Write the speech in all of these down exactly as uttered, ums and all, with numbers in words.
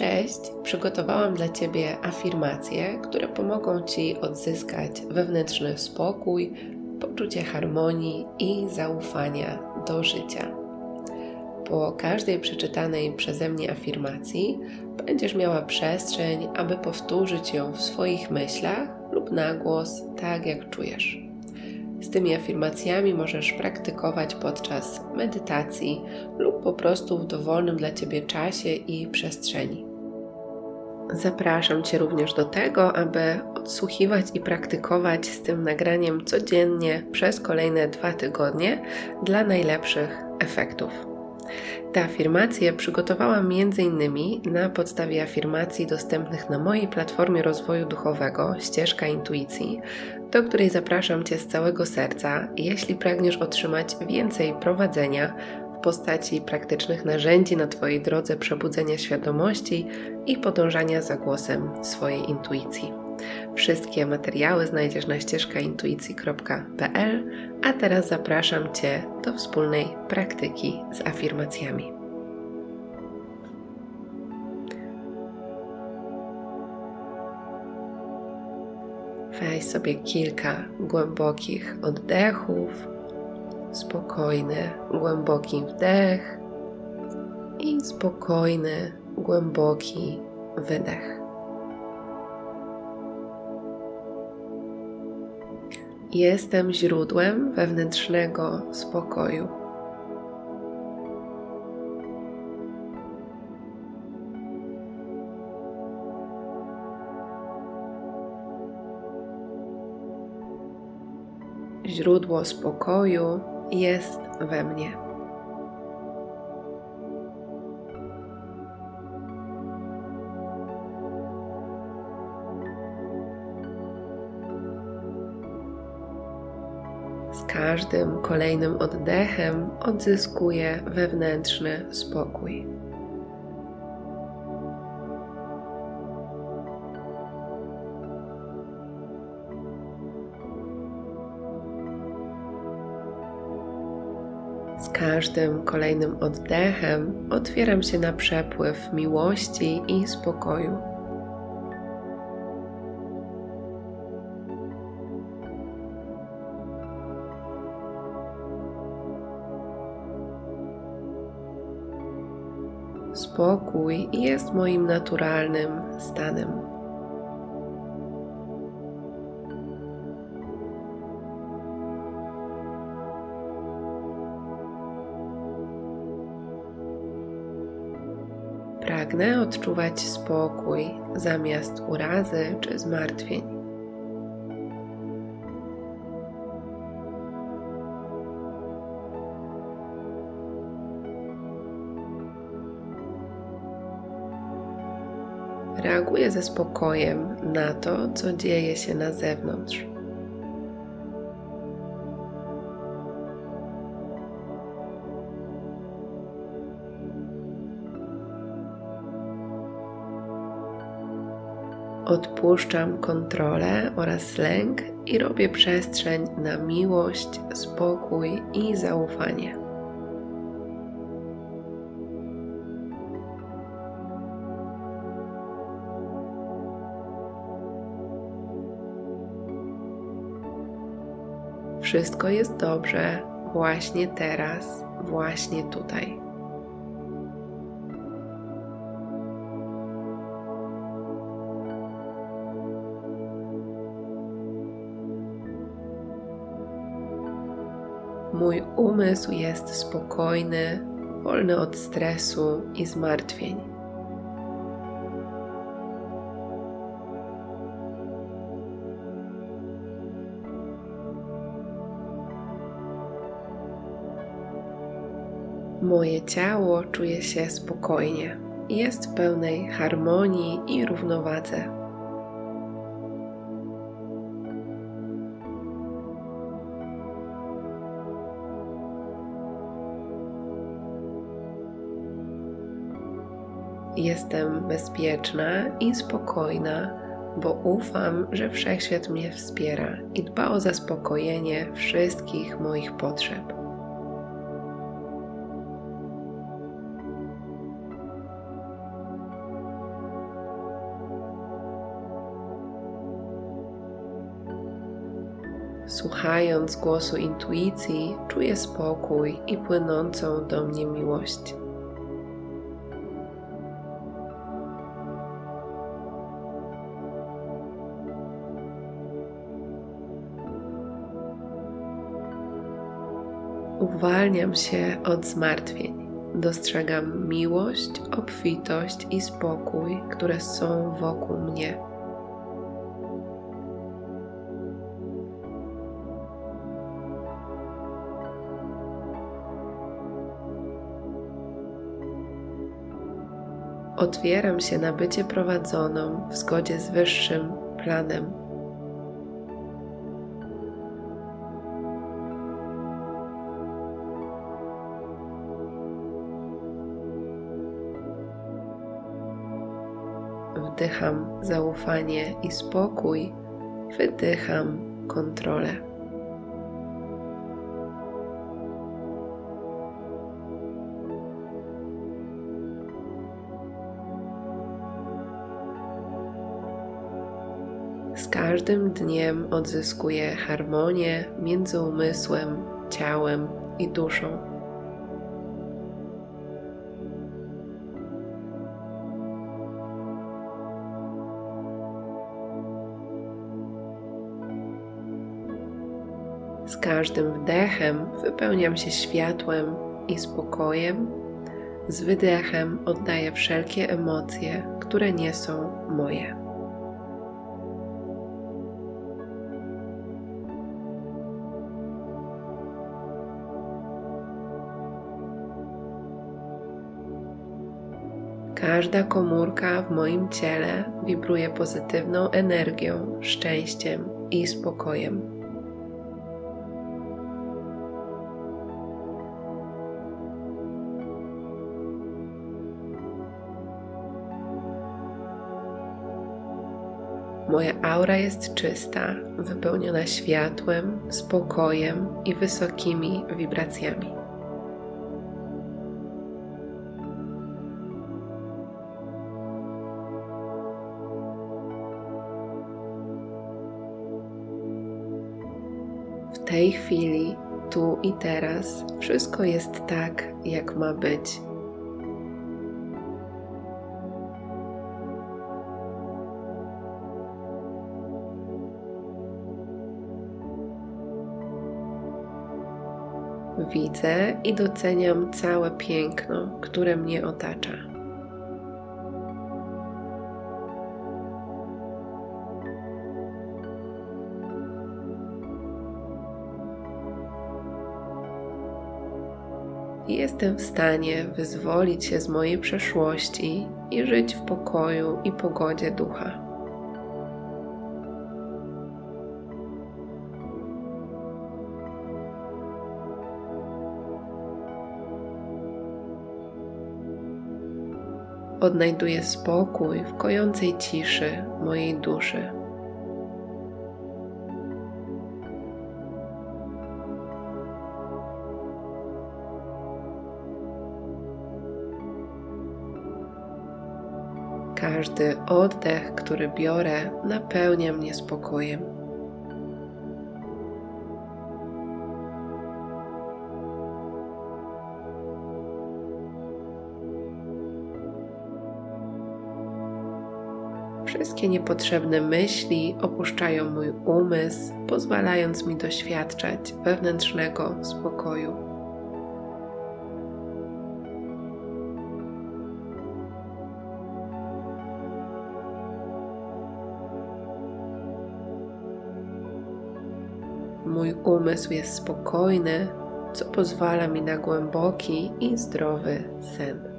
Cześć! Przygotowałam dla Ciebie afirmacje, które pomogą Ci odzyskać wewnętrzny spokój, poczucie harmonii i zaufania do życia. Po każdej przeczytanej przeze mnie afirmacji będziesz miała przestrzeń, aby powtórzyć ją w swoich myślach lub na głos, tak jak czujesz. Z tymi afirmacjami możesz praktykować podczas medytacji lub po prostu w dowolnym dla Ciebie czasie i przestrzeni. Zapraszam Cię również do tego, aby odsłuchiwać i praktykować z tym nagraniem codziennie przez kolejne dwa tygodnie dla najlepszych efektów. Te afirmacje przygotowałam między innymi na podstawie afirmacji dostępnych na mojej platformie rozwoju duchowego Ścieżka Intuicji, do której zapraszam Cię z całego serca, jeśli pragniesz otrzymać więcej prowadzenia w postaci praktycznych narzędzi na Twojej drodze przebudzenia świadomości i podążania za głosem swojej intuicji. Wszystkie materiały znajdziesz na ścieżka intuicji kropka p l, a teraz zapraszam Cię do wspólnej praktyki z afirmacjami. Weź sobie kilka głębokich oddechów, spokojny, głęboki wdech i spokojny, głęboki wydech. Jestem źródłem wewnętrznego spokoju. Źródło spokoju jest we mnie. Z każdym kolejnym oddechem odzyskuję wewnętrzny spokój. Z każdym kolejnym oddechem otwieram się na przepływ miłości i spokoju. Spokój jest moim naturalnym stanem. Pragnę odczuwać spokój zamiast urazy czy zmartwień. Reaguję ze spokojem na to, co dzieje się na zewnątrz. Odpuszczam kontrolę oraz lęk i robię przestrzeń na miłość, spokój i zaufanie. Wszystko jest dobrze właśnie teraz, właśnie tutaj. Mój umysł jest spokojny, wolny od stresu i zmartwień. Moje ciało czuje się spokojnie, jest w pełnej harmonii i równowadze. Jestem bezpieczna i spokojna, bo ufam, że Wszechświat mnie wspiera i dba o zaspokojenie wszystkich moich potrzeb. Słuchając głosu intuicji, czuję spokój i płynącą do mnie miłość. Uwalniam się od zmartwień. Dostrzegam miłość, obfitość i spokój, które są wokół mnie. Otwieram się na bycie prowadzoną w zgodzie z wyższym planem. Wdycham zaufanie i spokój, wydycham kontrolę. Z każdym dniem odzyskuję harmonię między umysłem, ciałem i duszą. Z każdym wdechem wypełniam się światłem i spokojem, z wydechem oddaję wszelkie emocje, które nie są moje. Każda komórka w moim ciele wibruje pozytywną energią, szczęściem i spokojem. Moja aura jest czysta, wypełniona światłem, spokojem i wysokimi wibracjami. W tej chwili, tu i teraz, wszystko jest tak, jak ma być. Widzę i doceniam całe piękno, które mnie otacza. Jestem w stanie wyzwolić się z mojej przeszłości i żyć w pokoju i pogodzie ducha. Odnajduję spokój w kojącej ciszy mojej duszy. Każdy oddech, który biorę, napełnia mnie spokojem. Wszystkie niepotrzebne myśli opuszczają mój umysł, pozwalając mi doświadczać wewnętrznego spokoju. Mój umysł jest spokojny, co pozwala mi na głęboki i zdrowy sen.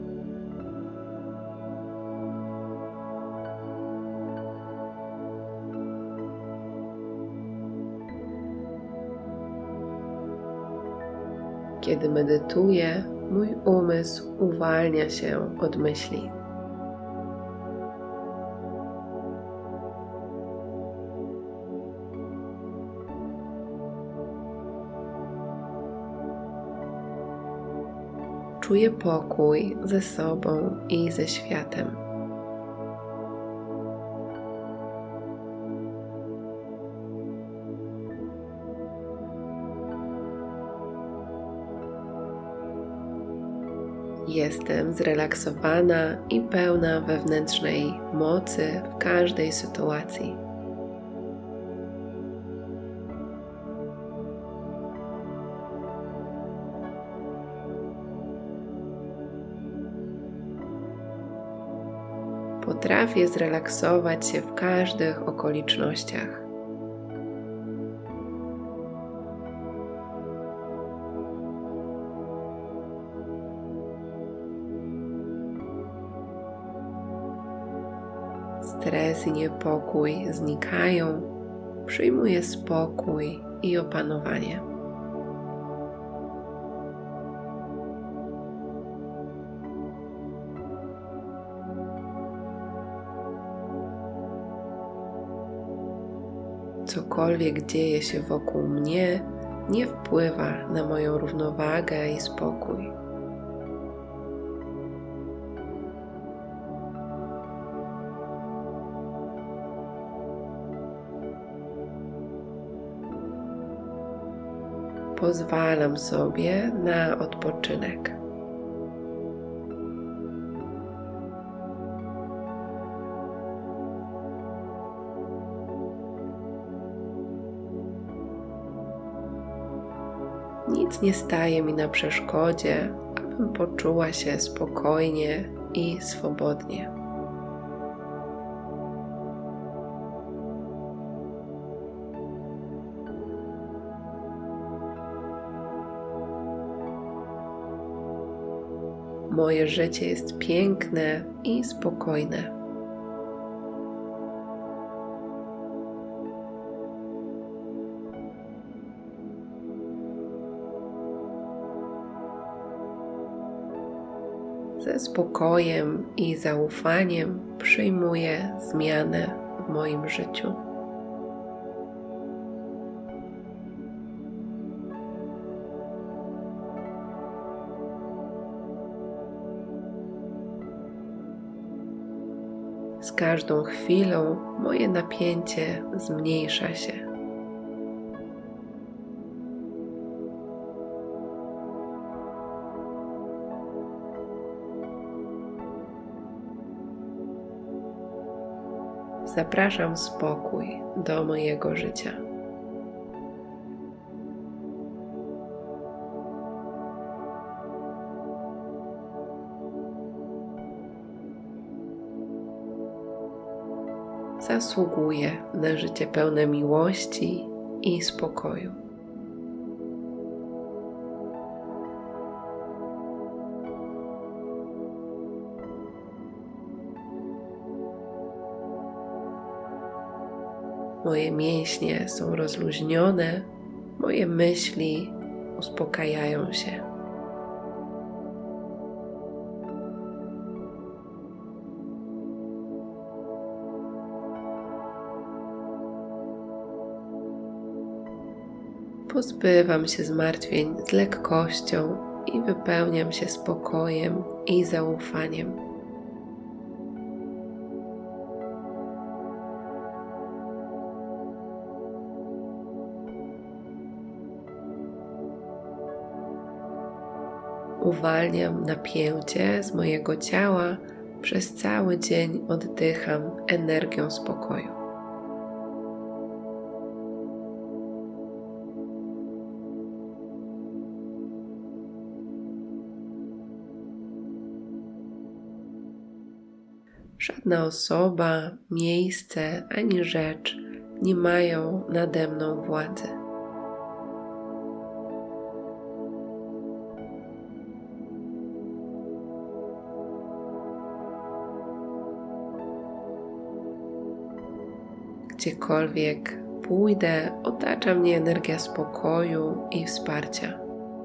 Kiedy medytuję, mój umysł uwalnia się od myśli. Czuję pokój ze sobą i ze światem. Jestem zrelaksowana i pełna wewnętrznej mocy w każdej sytuacji. Potrafię zrelaksować się w każdych okolicznościach. Stres i niepokój znikają, przyjmuję spokój i opanowanie. Cokolwiek dzieje się wokół mnie, nie wpływa na moją równowagę i spokój. Pozwalam sobie na odpoczynek. Nic nie staje mi na przeszkodzie, abym poczuła się spokojnie i swobodnie. Moje życie jest piękne i spokojne. Ze spokojem i zaufaniem przyjmuję zmianę w moim życiu. Z każdą chwilą moje napięcie zmniejsza się. Zapraszam spokój do mojego życia. Zasługuję na życie pełne miłości i spokoju. Moje mięśnie są rozluźnione, moje myśli uspokajają się. Pozbywam się zmartwień z lekkością i wypełniam się spokojem i zaufaniem. Uwalniam napięcie z mojego ciała, przez cały dzień oddycham energią spokoju. Żadna osoba, miejsce ani rzecz nie mają nade mną władzy. Gdziekolwiek pójdę, otacza mnie energia spokoju i wsparcia.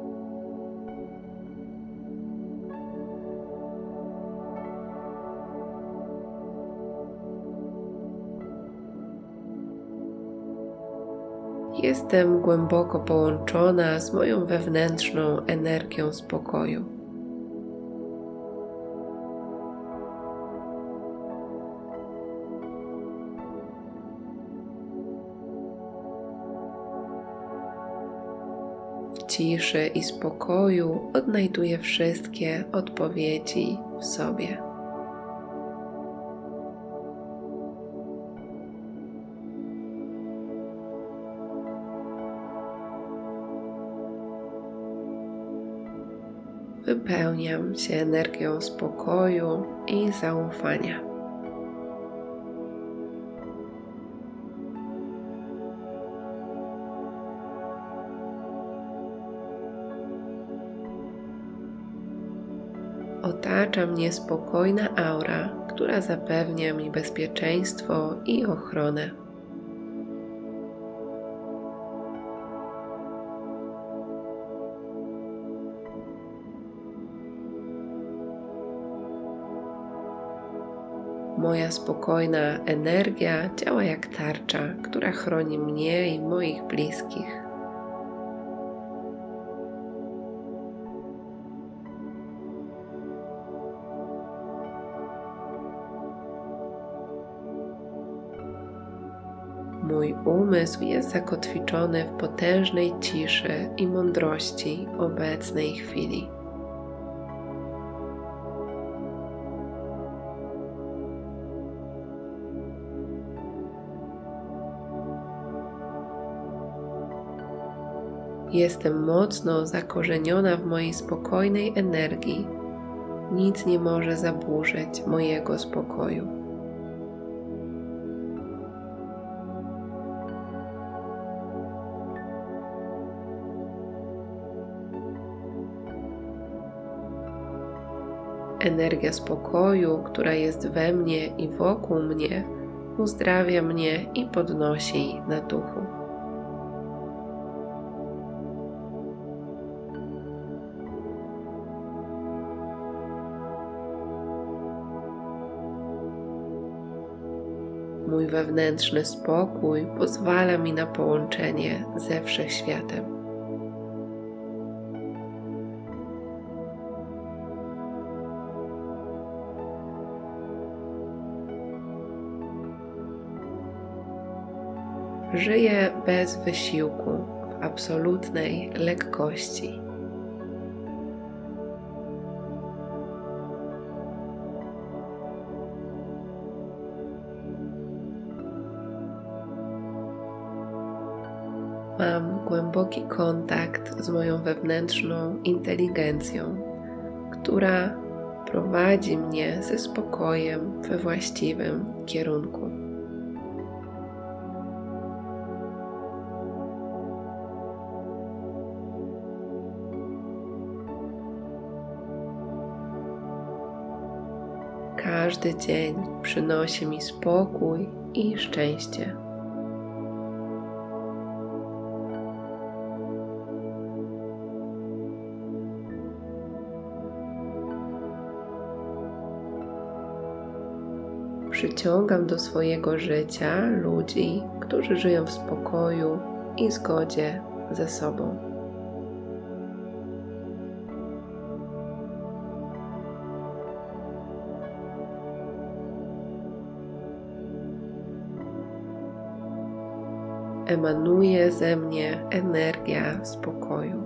Jestem głęboko połączona z moją wewnętrzną energią spokoju. W ciszy i spokoju odnajduję wszystkie odpowiedzi w sobie. Wypełniam się energią spokoju i zaufania. Otacza mnie spokojna aura, która zapewnia mi bezpieczeństwo i ochronę. Moja spokojna energia działa jak tarcza, która chroni mnie i moich bliskich. Mój umysł jest zakotwiczony w potężnej ciszy i mądrości obecnej chwili. Jestem mocno zakorzeniona w mojej spokojnej energii. Nic nie może zaburzyć mojego spokoju. Energia spokoju, która jest we mnie i wokół mnie, uzdrawia mnie i podnosi na duchu. Mój wewnętrzny spokój pozwala mi na połączenie ze Wszechświatem. Żyję bez wysiłku, w absolutnej lekkości. Mam głęboki kontakt z moją wewnętrzną inteligencją, która prowadzi mnie ze spokojem we właściwym kierunku. Każdy dzień przynosi mi spokój i szczęście. Przyciągam do swojego życia ludzi, którzy żyją w spokoju i zgodzie ze sobą. Emanuje ze mnie energia spokoju.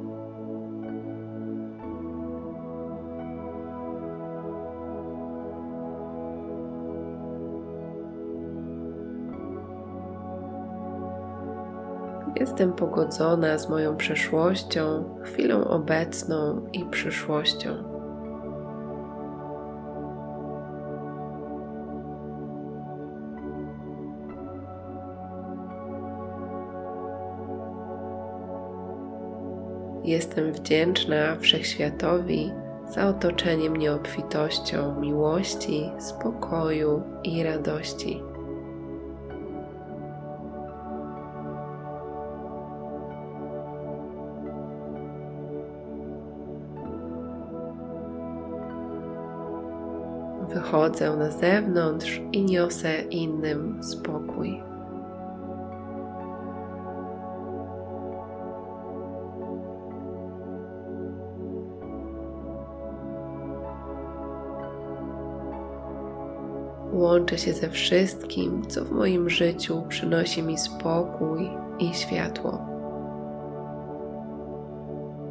Jestem pogodzona z moją przeszłością, chwilą obecną i przyszłością. Jestem wdzięczna Wszechświatowi za otoczenie mnie obfitością miłości, spokoju i radości. Wychodzę na zewnątrz i niosę innym spokój. Łączę się ze wszystkim, co w moim życiu przynosi mi spokój i światło.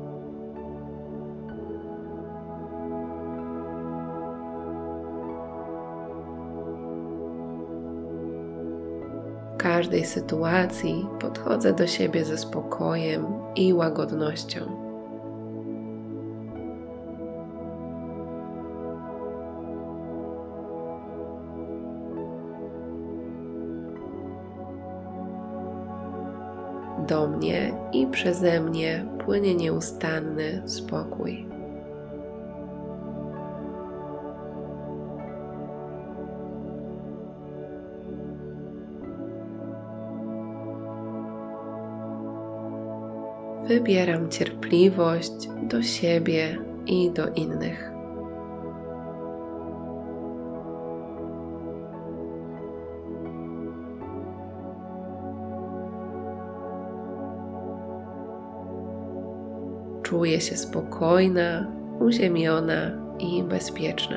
każdej sytuacji podchodzę do siebie ze spokojem i łagodnością. Do mnie i przeze mnie płynie nieustanny spokój. Wybieram cierpliwość do siebie i do innych. Czuję się spokojna, uziemiona i bezpieczna.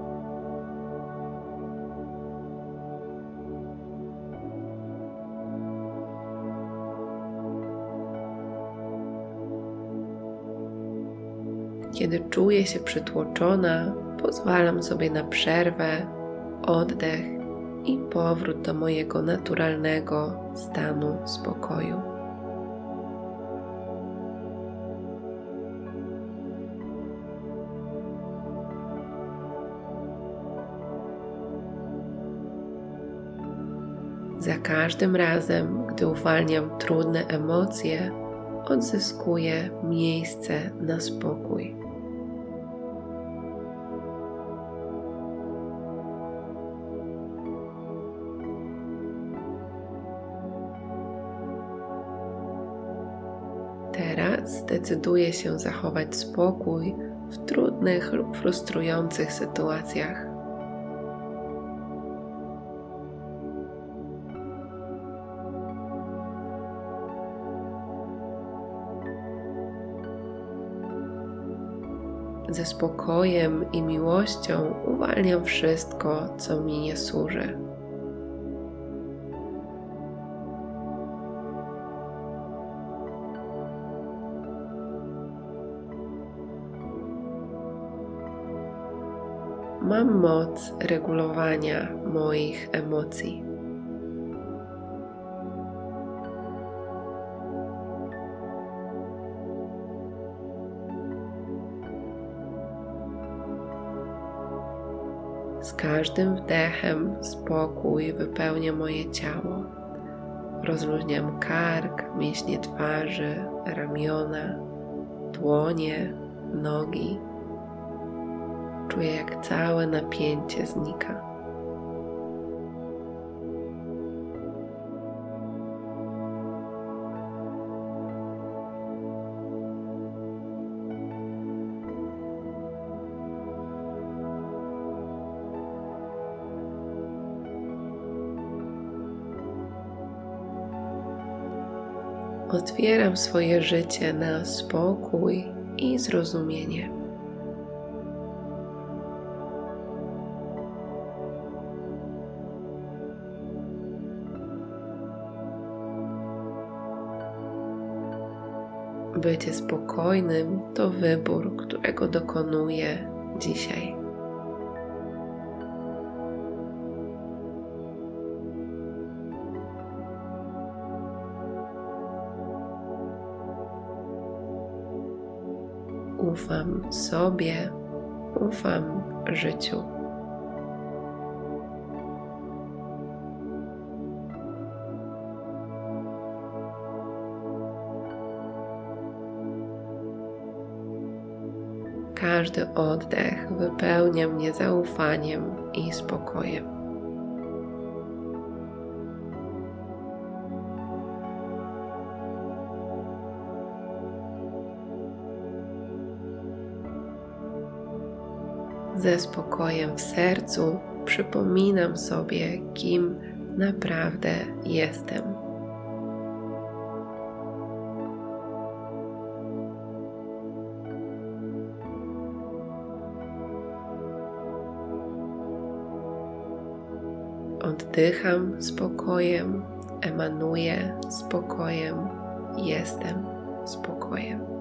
Kiedy czuję się przytłoczona, pozwalam sobie na przerwę, oddech i powrót do mojego naturalnego stanu spokoju. Za każdym razem, gdy uwalniam trudne emocje, odzyskuję miejsce na spokój. Teraz zdecyduję się zachować spokój w trudnych lub frustrujących sytuacjach. Ze spokojem i miłością uwalniam wszystko, co mi nie służy. Mam moc regulowania moich emocji. Z każdym wdechem spokój wypełnia moje ciało. Rozluźniam kark, mięśnie twarzy, ramiona, dłonie, nogi. Czuję, jak całe napięcie znika. Otwieram swoje życie na spokój i zrozumienie. Bycie spokojnym to wybór, którego dokonuję dzisiaj. Ufam sobie, ufam życiu. Każdy oddech wypełnia mnie zaufaniem i spokojem. Ze spokojem w sercu przypominam sobie, kim naprawdę jestem. Oddycham spokojem, emanuję spokojem, jestem spokojem.